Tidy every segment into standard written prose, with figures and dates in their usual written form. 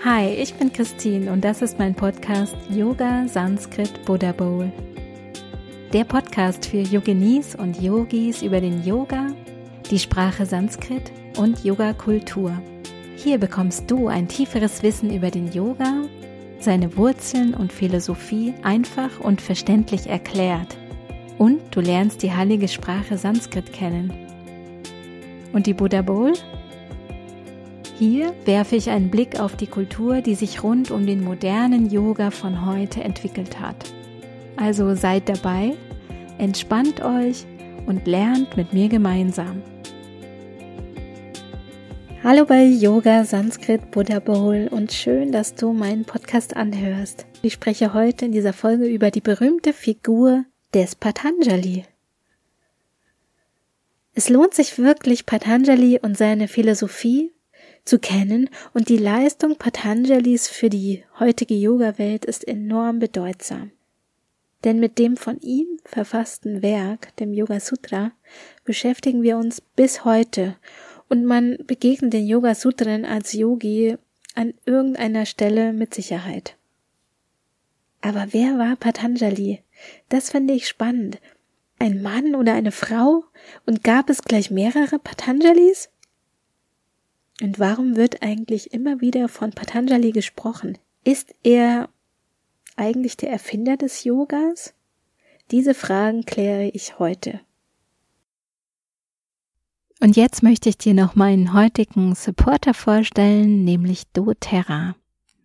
Hi, ich bin Christine und das ist mein Podcast Yoga Sanskrit Buddha Bowl. Der Podcast für Yoginis und Yogis über den Yoga, die Sprache Sanskrit und Yoga-Kultur. Hier bekommst du ein tieferes Wissen über den Yoga, seine Wurzeln und Philosophie einfach und verständlich erklärt. Und du lernst die heilige Sprache Sanskrit kennen. Und die Buddha Bowl? Hier werfe ich einen Blick auf die Kultur, die sich rund um den modernen Yoga von heute entwickelt hat. Also seid dabei, entspannt euch und lernt mit mir gemeinsam. Hallo bei Yoga Sanskrit Buddha Bowl und schön, dass du meinen Podcast anhörst. Ich spreche heute in dieser Folge über die berühmte Figur des Patanjali. Es lohnt sich wirklich, Patanjali und seine Philosophie zu kennen, und die Leistung Patanjalis für die heutige Yoga-Welt ist enorm bedeutsam. Denn mit dem von ihm verfassten Werk, dem Yoga Sutra, beschäftigen wir uns bis heute, und man begegnet den Yoga Sutren als Yogi an irgendeiner Stelle mit Sicherheit. Aber wer war Patanjali? Das finde ich spannend. Ein Mann oder eine Frau? Und gab es gleich mehrere Patanjalis? Und warum wird eigentlich immer wieder von Patanjali gesprochen? Ist er eigentlich der Erfinder des Yogas? Diese Fragen kläre ich heute. Und jetzt möchte ich dir noch meinen heutigen Supporter vorstellen, nämlich doTERRA.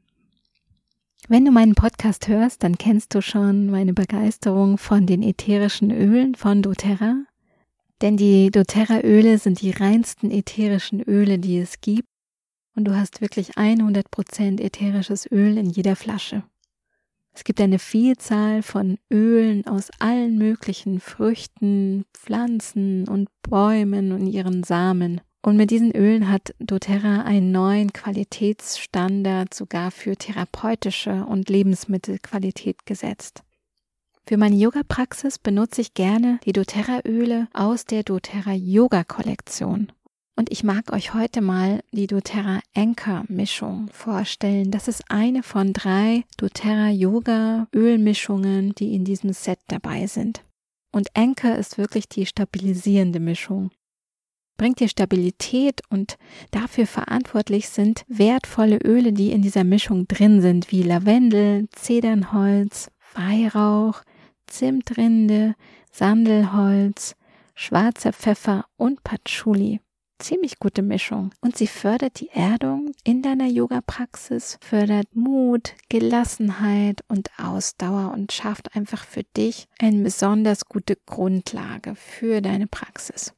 Wenn du meinen Podcast hörst, dann kennst du schon meine Begeisterung von den ätherischen Ölen von doTERRA. Denn die doTERRA-Öle sind die reinsten ätherischen Öle, die es gibt. Und du hast wirklich 100% ätherisches Öl in jeder Flasche. Es gibt eine Vielzahl von Ölen aus allen möglichen Früchten, Pflanzen und Bäumen und ihren Samen. Und mit diesen Ölen hat doTERRA einen neuen Qualitätsstandard sogar für therapeutische und Lebensmittelqualität gesetzt. Für meine Yoga-Praxis benutze ich gerne die doTERRA-Öle aus der doTERRA Yoga-Kollektion. Und ich mag euch heute mal die doTERRA Anchor-Mischung vorstellen. Das ist eine von 3 doTERRA Yoga-Ölmischungen, die in diesem Set dabei sind. Und Anchor ist wirklich die stabilisierende Mischung. Bringt dir Stabilität, und dafür verantwortlich sind wertvolle Öle, die in dieser Mischung drin sind, wie Lavendel, Zedernholz, Weihrauch, Zimtrinde, Sandelholz, schwarzer Pfeffer und Patchouli. Ziemlich gute Mischung. Und sie fördert die Erdung in deiner Yoga-Praxis, fördert Mut, Gelassenheit und Ausdauer und schafft einfach für dich eine besonders gute Grundlage für deine Praxis.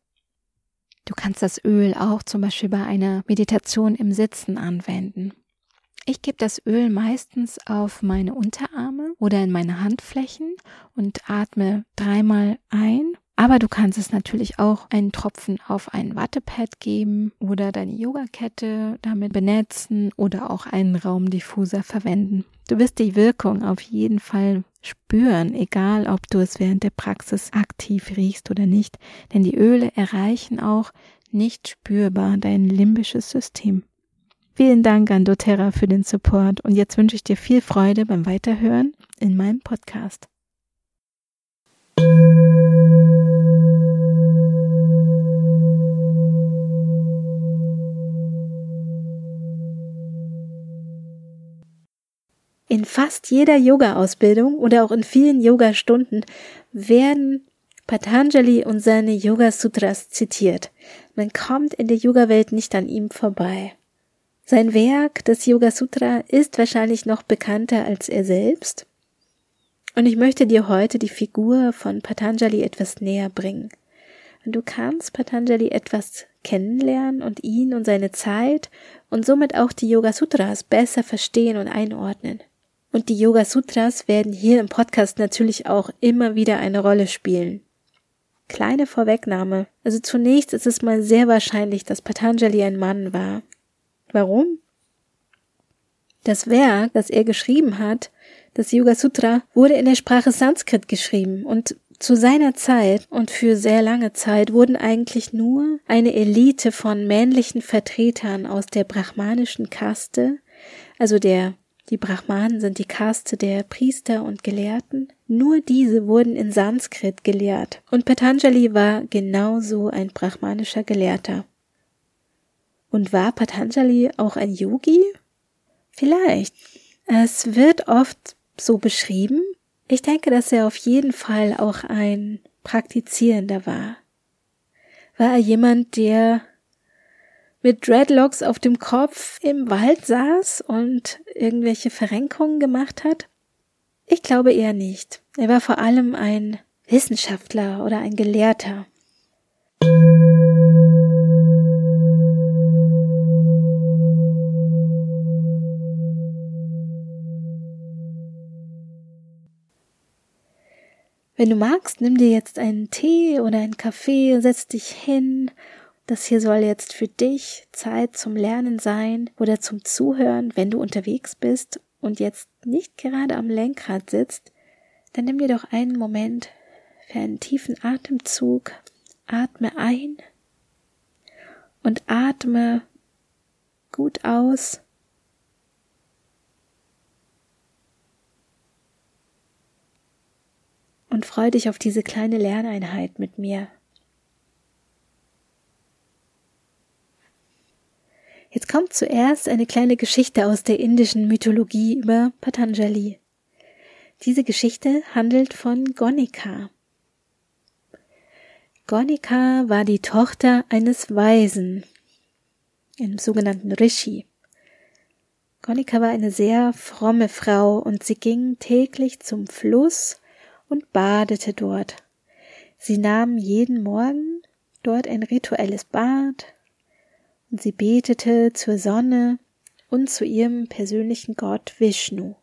Du kannst das Öl auch zum Beispiel bei einer Meditation im Sitzen anwenden. Ich gebe das Öl meistens auf meine Unterarme oder in meine Handflächen und atme 3-mal ein. Aber du kannst es natürlich auch einen Tropfen auf ein Wattepad geben oder deine Yogakette damit benetzen oder auch einen Raumdiffuser verwenden. Du wirst die Wirkung auf jeden Fall spüren, egal ob du es während der Praxis aktiv riechst oder nicht, denn die Öle erreichen auch nicht spürbar dein limbisches System. Vielen Dank an doTERRA für den Support, und jetzt wünsche ich dir viel Freude beim Weiterhören in meinem Podcast. In fast jeder Yoga-Ausbildung oder auch in vielen Yoga-Stunden werden Patanjali und seine Yoga-Sutras zitiert. Man kommt in der Yoga-Welt nicht an ihm vorbei. Sein Werk, das Yoga Sutra, ist wahrscheinlich noch bekannter als er selbst. Und ich möchte dir heute die Figur von Patanjali etwas näher bringen. Und du kannst Patanjali etwas kennenlernen und ihn und seine Zeit und somit auch die Yoga Sutras besser verstehen und einordnen. Und die Yoga Sutras werden hier im Podcast natürlich auch immer wieder eine Rolle spielen. Kleine Vorwegnahme. Also zunächst ist es mal sehr wahrscheinlich, dass Patanjali ein Mann war. Warum? Das Werk, das er geschrieben hat, das Yoga Sutra, wurde in der Sprache Sanskrit geschrieben, und zu seiner Zeit und für sehr lange Zeit wurden eigentlich nur eine Elite von männlichen Vertretern aus der brahmanischen Kaste Also die Brahmanen sind die Kaste der Priester und Gelehrten. Nur diese wurden in Sanskrit gelehrt. Und Patanjali war genauso ein brahmanischer Gelehrter. Und war Patanjali auch ein Yogi? Vielleicht. Es wird oft so beschrieben. Ich denke, dass er auf jeden Fall auch ein Praktizierender war. War er jemand, der mit Dreadlocks auf dem Kopf im Wald saß und irgendwelche Verrenkungen gemacht hat? Ich glaube eher nicht. Er war vor allem ein Wissenschaftler oder ein Gelehrter. Wenn du magst, nimm dir jetzt einen Tee oder einen Kaffee, setz dich hin. Das hier soll jetzt für dich Zeit zum Lernen sein oder zum Zuhören, wenn du unterwegs bist und jetzt nicht gerade am Lenkrad sitzt. Dann nimm dir doch einen Moment für einen tiefen Atemzug. Atme ein und atme gut aus. Und freu dich auf diese kleine Lerneinheit mit mir. Jetzt kommt zuerst eine kleine Geschichte aus der indischen Mythologie über Patanjali. Diese Geschichte handelt von Gonika. Gonika war die Tochter eines Weisen, einem sogenannten Rishi. Gonika war eine sehr fromme Frau und sie ging täglich zum Fluss und badete dort. Sie nahm jeden Morgen dort ein rituelles Bad und sie betete zur Sonne und zu ihrem persönlichen Gott Vishnu.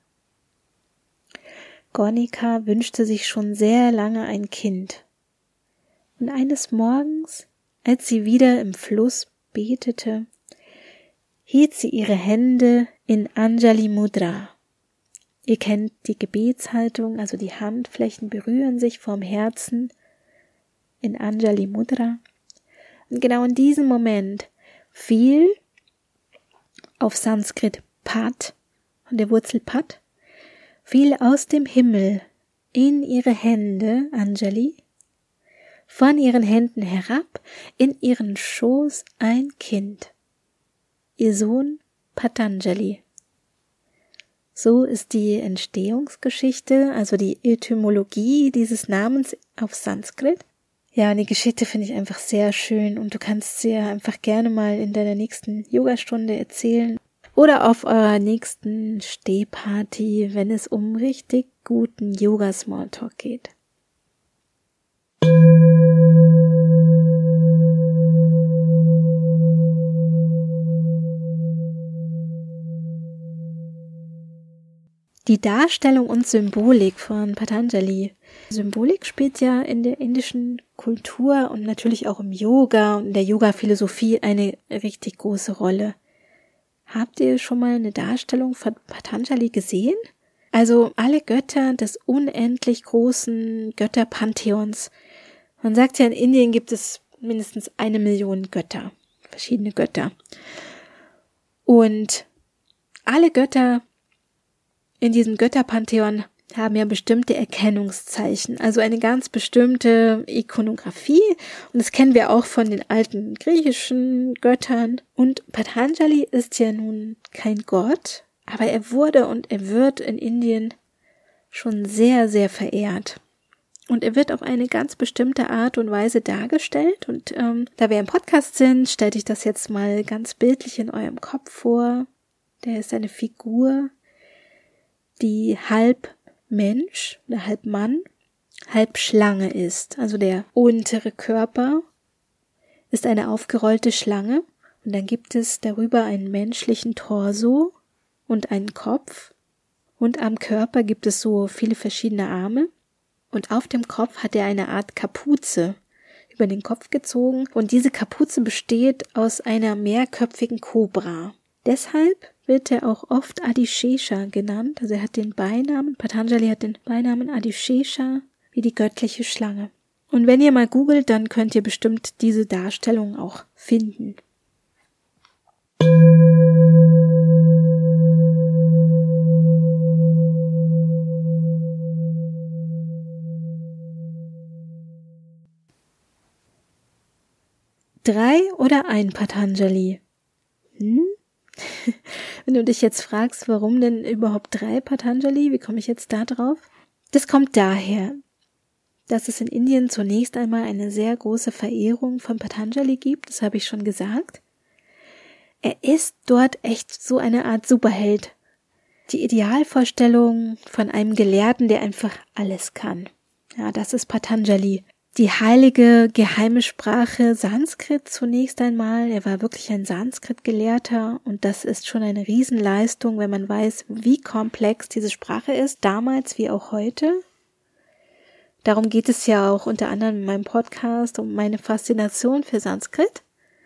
Gonika wünschte sich schon sehr lange ein Kind. Und eines Morgens, als sie wieder im Fluss betete, hielt sie ihre Hände in Anjali Mudra. Ihr kennt die Gebetshaltung, also die Handflächen berühren sich vorm Herzen in Anjali Mudra. Und genau in diesem Moment fiel auf Sanskrit Pat, von der Wurzel Pat, fiel aus dem Himmel in ihre Hände, Anjali, von ihren Händen herab in ihren Schoß ein Kind, ihr Sohn Patanjali. So ist die Entstehungsgeschichte, also die Etymologie dieses Namens auf Sanskrit. Ja, und die Geschichte finde ich einfach sehr schön und du kannst sie ja einfach gerne mal in deiner nächsten Yogastunde erzählen oder auf eurer nächsten Stehparty, wenn es um richtig guten Yoga-Smalltalk geht. Die Darstellung und Symbolik von Patanjali. Symbolik spielt ja in der indischen Kultur und natürlich auch im Yoga und in der Yoga-Philosophie eine richtig große Rolle. Habt ihr schon mal eine Darstellung von Patanjali gesehen? Also alle Götter des unendlich großen Götterpantheons. Man sagt ja, in Indien gibt es mindestens 1 Million Götter, verschiedene Götter. Und alle Götter in diesem Götterpantheon haben ja bestimmte Erkennungszeichen, also eine ganz bestimmte Ikonografie. Und das kennen wir auch von den alten griechischen Göttern. Und Patanjali ist ja nun kein Gott, aber er wurde und er wird in Indien schon sehr, sehr verehrt. Und er wird auf eine ganz bestimmte Art und Weise dargestellt. Und da wir im Podcast sind, stellt euch das jetzt mal ganz bildlich in eurem Kopf vor. Der ist eine Figur, die halb Mensch oder halb Mann, halb Schlange ist. Also der untere Körper ist eine aufgerollte Schlange und dann gibt es darüber einen menschlichen Torso und einen Kopf und am Körper gibt es so viele verschiedene Arme und auf dem Kopf hat er eine Art Kapuze über den Kopf gezogen und diese Kapuze besteht aus einer mehrköpfigen Kobra. Deshalb wird er auch oft Adishesha genannt, also er hat den Beinamen, Patanjali hat den Beinamen Adishesha, wie die göttliche Schlange. Und wenn ihr mal googelt, dann könnt ihr bestimmt diese Darstellung auch finden. 3 oder ein Patanjali? Wenn du dich jetzt fragst, warum denn überhaupt 3 Patanjali, wie komme ich jetzt da drauf? Das kommt daher, dass es in Indien zunächst einmal eine sehr große Verehrung von Patanjali gibt, das habe ich schon gesagt. Er ist dort echt so eine Art Superheld. Die Idealvorstellung von einem Gelehrten, der einfach alles kann. Ja, das ist Patanjali. Die heilige, geheime Sprache Sanskrit zunächst einmal. Er war wirklich ein Sanskrit-Gelehrter und das ist schon eine Riesenleistung, wenn man weiß, wie komplex diese Sprache ist, damals wie auch heute. Darum geht es ja auch unter anderem in meinem Podcast um meine Faszination für Sanskrit.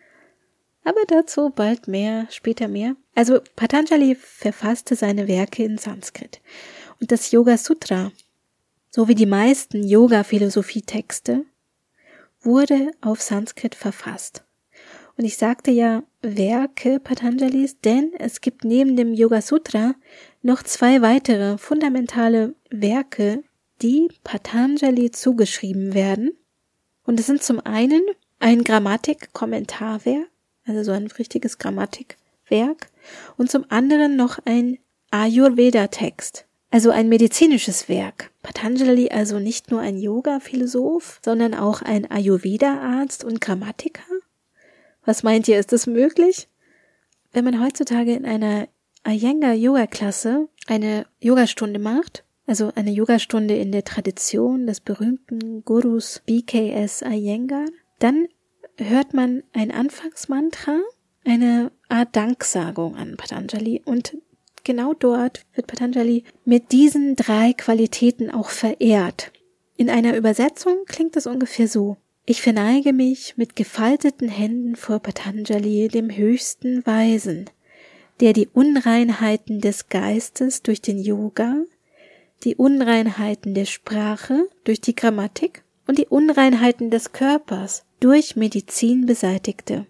Aber dazu bald mehr, später mehr. Also Patanjali verfasste seine Werke in Sanskrit. Und das Yoga Sutra, so wie die meisten Yoga-Philosophie-Texte, wurde auf Sanskrit verfasst. Und ich sagte ja Werke Patanjalis, denn es gibt neben dem Yoga Sutra noch 2 weitere fundamentale Werke, die Patanjali zugeschrieben werden. Und es sind zum einen ein Grammatik-Kommentarwerk, also so ein richtiges Grammatikwerk, und zum anderen noch ein Ayurveda-Text, also ein medizinisches Werk. Patanjali also nicht nur ein Yoga-Philosoph, sondern auch ein Ayurveda-Arzt und Grammatiker? Was meint ihr, ist das möglich? Wenn man heutzutage in einer Iyengar-Yoga-Klasse eine Yogastunde macht, also eine Yogastunde in der Tradition des berühmten Gurus BKS Iyengar, dann hört man ein Anfangsmantra, eine Art Danksagung an Patanjali und genau dort wird Patanjali mit diesen 3 Qualitäten auch verehrt. In einer Übersetzung klingt es ungefähr so: Ich verneige mich mit gefalteten Händen vor Patanjali, dem höchsten Weisen, der die Unreinheiten des Geistes durch den Yoga, die Unreinheiten der Sprache durch die Grammatik und die Unreinheiten des Körpers durch Medizin beseitigte.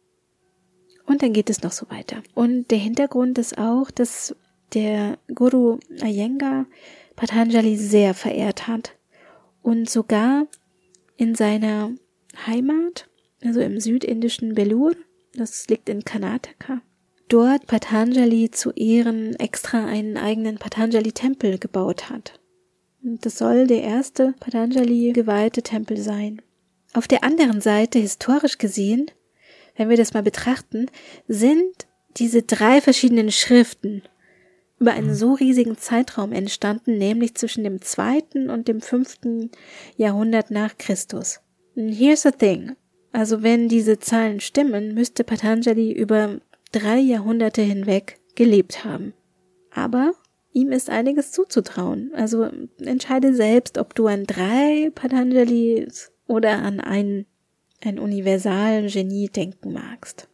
Und dann geht es noch so weiter. Und der Hintergrund ist auch, dass der Guru Iyengar Patanjali sehr verehrt hat und sogar in seiner Heimat, also im südindischen Belur, das liegt in Karnataka, dort Patanjali zu Ehren extra einen eigenen Patanjali-Tempel gebaut hat. Und das soll der erste Patanjali geweihte Tempel sein. Auf der anderen Seite, historisch gesehen, wenn wir das mal betrachten, sind diese 3 verschiedenen Schriften über einen so riesigen Zeitraum entstanden, nämlich zwischen dem 2. und dem 5. Jahrhundert nach Christus. And here's the thing. Also wenn diese Zahlen stimmen, müsste Patanjali über 3 Jahrhunderte hinweg gelebt haben. Aber ihm ist einiges zuzutrauen. Also entscheide selbst, ob du an 3 Patanjalis oder an ein universalen Genie denken magst.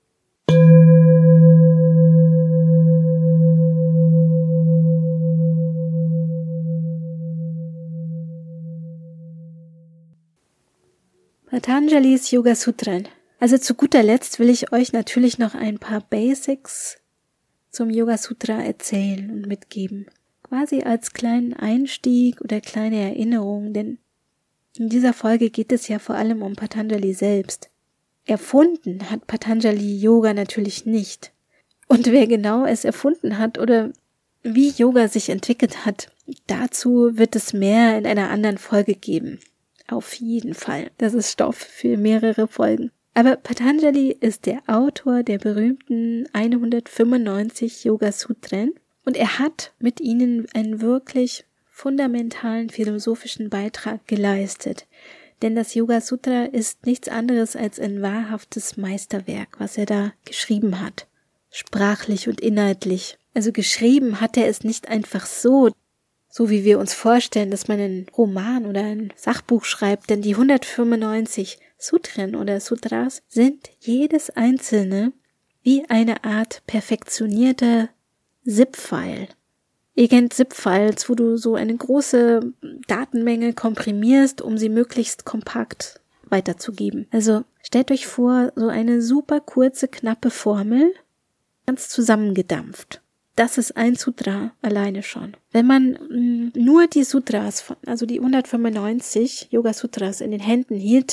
Patanjalis Yoga Sutren. Also zu guter Letzt will ich euch natürlich noch ein paar Basics zum Yoga Sutra erzählen und mitgeben. Quasi als kleinen Einstieg oder kleine Erinnerung, denn in dieser Folge geht es ja vor allem um Patanjali selbst. Erfunden hat Patanjali Yoga natürlich nicht. Und wer genau es erfunden hat oder wie Yoga sich entwickelt hat, dazu wird es mehr in einer anderen Folge geben. Auf jeden Fall. Das ist Stoff für mehrere Folgen. Aber Patanjali ist der Autor der berühmten 195 Yoga Sutren und er hat mit ihnen einen wirklich fundamentalen philosophischen Beitrag geleistet. Denn das Yoga Sutra ist nichts anderes als ein wahrhaftes Meisterwerk, was er da geschrieben hat. Sprachlich und inhaltlich. Also geschrieben hat er es nicht einfach so wie wir uns vorstellen, dass man einen Roman oder ein Sachbuch schreibt, denn die 195 Sutren oder Sutras sind jedes einzelne wie eine Art perfektionierter ZIP-File. Ihr kennt ZIP-Files, wo du so eine große Datenmenge komprimierst, um sie möglichst kompakt weiterzugeben. Also stellt euch vor, so eine super kurze, knappe Formel, ganz zusammengedampft. Das ist ein Sutra alleine schon. Wenn man nur die Sutras, also die 195 Yoga Sutras in den Händen hielte,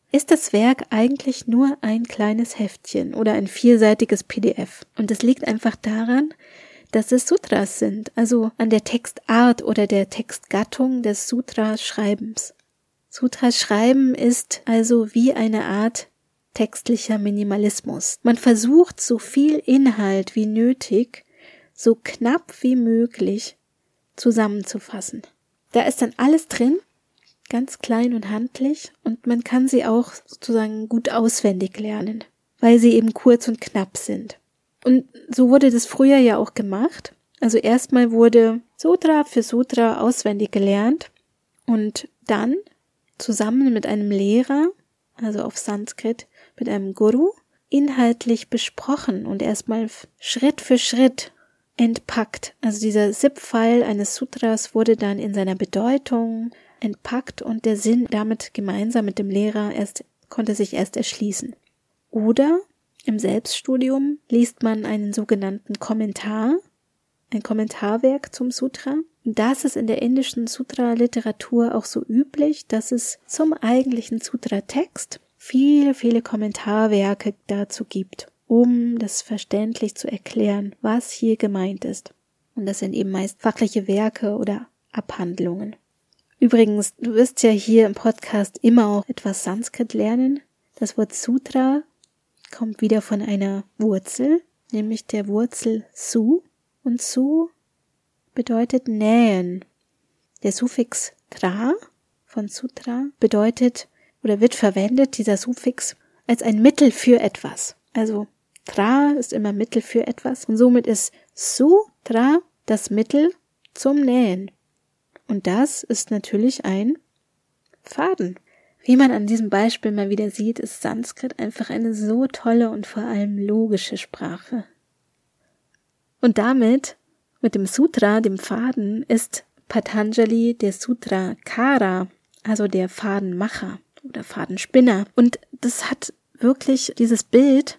ist das Werk eigentlich nur ein kleines Heftchen oder ein 4-seitiges PDF. Und das liegt einfach daran, dass es Sutras sind, also an der Textart oder der Textgattung des Sutra-Schreibens. Sutra-Schreiben ist also wie eine Art textlicher Minimalismus. Man versucht, so viel Inhalt wie nötig, so knapp wie möglich zusammenzufassen. Da ist dann alles drin, ganz klein und handlich, und man kann sie auch sozusagen gut auswendig lernen, weil sie eben kurz und knapp sind. Und so wurde das früher ja auch gemacht. Also erstmal wurde Sutra für Sutra auswendig gelernt und dann zusammen mit einem Lehrer, also auf Sanskrit mit einem Guru, inhaltlich besprochen und erstmal Schritt für Schritt entpackt. Also dieser ZIP-File eines Sutras wurde dann in seiner Bedeutung entpackt und der Sinn damit gemeinsam mit dem Lehrer konnte sich erst erschließen. Oder im Selbststudium liest man einen sogenannten Kommentar, ein Kommentarwerk zum Sutra. Und das ist in der indischen Sutra-Literatur auch so üblich, dass es zum eigentlichen Sutra-Text viele, viele Kommentarwerke dazu gibt, um das verständlich zu erklären, was hier gemeint ist. Und das sind eben meist fachliche Werke oder Abhandlungen. Übrigens, du wirst ja hier im Podcast immer auch etwas Sanskrit lernen. Das Wort Sutra kommt wieder von einer Wurzel, nämlich der Wurzel Su. Und Su bedeutet nähen. Der Suffix tra von Sutra bedeutet oder wird verwendet, dieser Suffix, als ein Mittel für etwas. Also tra ist immer Mittel für etwas und somit ist Sutra das Mittel zum Nähen. Und das ist natürlich ein Faden. Wie man an diesem Beispiel mal wieder sieht, ist Sanskrit einfach eine so tolle und vor allem logische Sprache. Und damit, mit dem Sutra, dem Faden, ist Patanjali der Sutrakara, also der Fadenmacher oder Fadenspinner. Und das hat wirklich, dieses Bild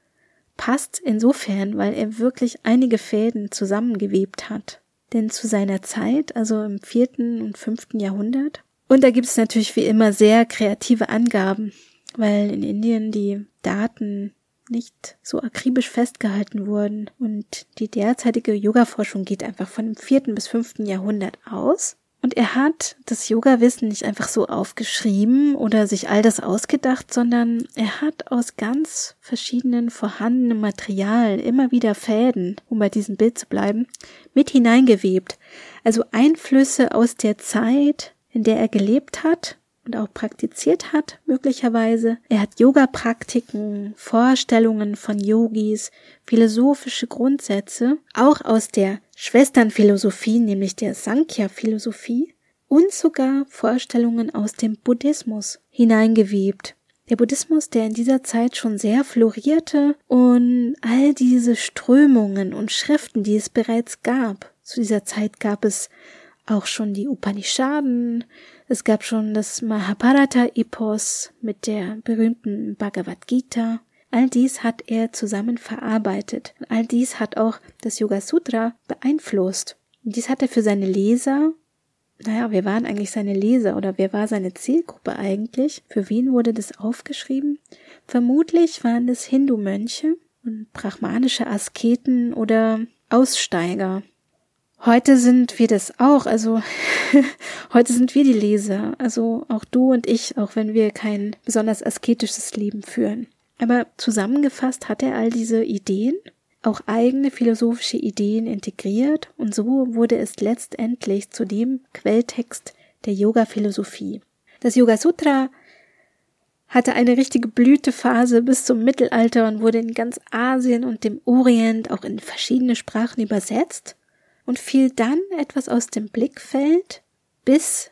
passt insofern, weil er wirklich einige Fäden zusammengewebt hat. Denn zu seiner Zeit, also im 4. und 5. Jahrhundert, und da gibt es natürlich wie immer sehr kreative Angaben, weil in Indien die Daten nicht so akribisch festgehalten wurden und die derzeitige Yoga-Forschung geht einfach von dem 4. bis 5. Jahrhundert aus. Und er hat das Yoga-Wissen nicht einfach so aufgeschrieben oder sich all das ausgedacht, sondern er hat aus ganz verschiedenen vorhandenen Materialien immer wieder Fäden, um bei diesem Bild zu bleiben, mit hineingewebt. Also Einflüsse aus der Zeit, in der er gelebt hat und auch praktiziert hat, möglicherweise. Er hat Yoga-Praktiken, Vorstellungen von Yogis, philosophische Grundsätze, auch aus der Schwesternphilosophie, nämlich der Sankhya-Philosophie, und sogar Vorstellungen aus dem Buddhismus hineingewebt. Der Buddhismus, der in dieser Zeit schon sehr florierte und all diese Strömungen und Schriften, die es bereits gab. Zu dieser Zeit gab es auch schon die Upanishaden, es gab schon das Mahabharata-Epos mit der berühmten Bhagavad Gita. All dies hat er zusammen verarbeitet. Und all dies hat auch das Yoga Sutra beeinflusst. Und dies hat er für seine Leser, wer waren eigentlich seine Leser oder wer war seine Zielgruppe eigentlich? Für wen wurde das aufgeschrieben? Vermutlich waren es Hindu-Mönche und brahmanische Asketen oder Aussteiger. Heute sind wir das auch, also heute sind wir die Leser, also auch du und ich, auch wenn wir kein besonders asketisches Leben führen. Aber zusammengefasst hat er all diese Ideen, auch eigene philosophische Ideen integriert und so wurde es letztendlich zu dem Quelltext der Yoga-Philosophie. Das Yoga Sutra hatte eine richtige Blütephase bis zum Mittelalter und wurde in ganz Asien und dem Orient auch in verschiedene Sprachen übersetzt. Und fiel dann etwas aus dem Blickfeld, bis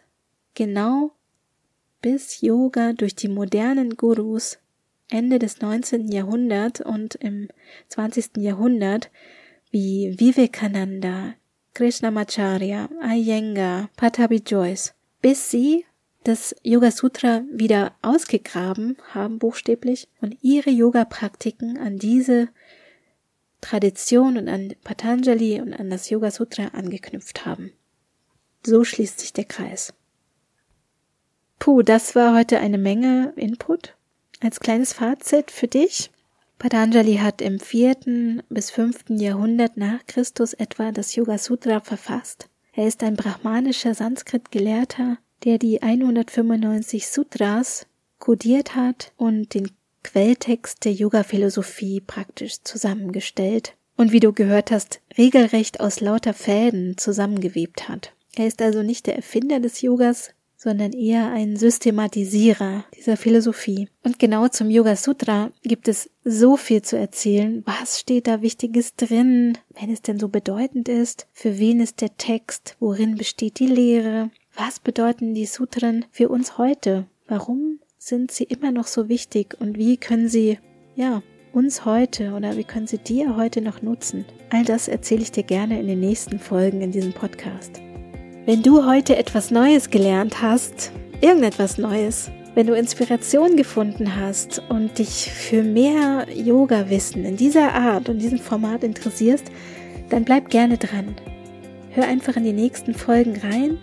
Yoga durch die modernen Gurus Ende des 19. Jahrhunderts und im 20. Jahrhundert wie Vivekananda, Krishnamacharya, Iyengar, Pattabhi Jois, bis sie das Yoga Sutra wieder ausgegraben haben, buchstäblich, und ihre Yoga-Praktiken an diese Tradition und an Patanjali und an das Yoga Sutra angeknüpft haben. So schließt sich der Kreis. Das war heute eine Menge Input. Als kleines Fazit für dich. Patanjali hat im 4. bis 5. Jahrhundert nach Christus etwa das Yoga Sutra verfasst. Er ist ein brahmanischer Sanskrit-Gelehrter, der die 195 Sutras kodiert hat und den Quelltext der Yoga-Philosophie praktisch zusammengestellt und, wie du gehört hast, regelrecht aus lauter Fäden zusammengewebt hat. Er ist also nicht der Erfinder des Yogas, sondern eher ein Systematisierer dieser Philosophie. Und genau zum Yoga Sutra gibt es so viel zu erzählen. Was steht da Wichtiges drin, wenn es denn so bedeutend ist? Für wen ist der Text? Worin besteht die Lehre? Was bedeuten die Sutren für uns heute? Warum sind sie immer noch so wichtig? Und wie können sie, uns heute oder wie können sie dir heute noch nutzen? All das erzähle ich dir gerne in den nächsten Folgen in diesem Podcast. Wenn du heute etwas Neues gelernt hast, irgendetwas Neues, wenn du Inspiration gefunden hast und dich für mehr Yoga-Wissen in dieser Art und diesem Format interessierst, dann bleib gerne dran. Hör einfach in die nächsten Folgen rein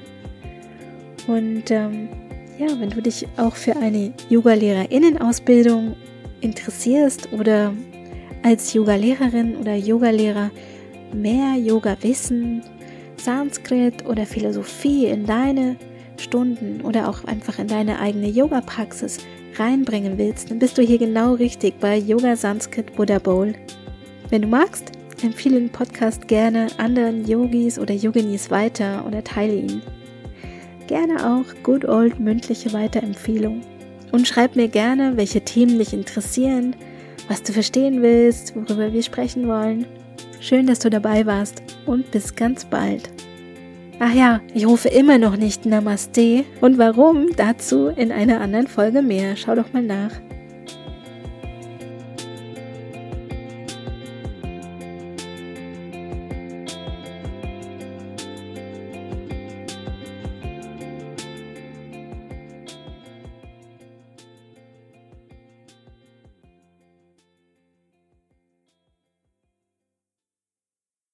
und wenn du dich auch für eine Yoga-LehrerInnen-Ausbildung interessierst oder als Yoga-Lehrerin oder Yoga-Lehrer mehr Yoga-Wissen, Sanskrit oder Philosophie in deine Stunden oder auch einfach in deine eigene Yoga-Praxis reinbringen willst, dann bist du hier genau richtig bei Yoga Sanskrit Buddha Bowl. Wenn du magst, empfehle den Podcast gerne anderen Yogis oder Yoginis weiter oder teile ihn. Gerne auch good old mündliche Weiterempfehlung. Und schreib mir gerne, welche Themen dich interessieren, was du verstehen willst, worüber wir sprechen wollen. Schön, dass du dabei warst und bis ganz bald. Ach ja, ich rufe immer noch nicht Namaste und warum, dazu in einer anderen Folge mehr. Schau doch mal nach.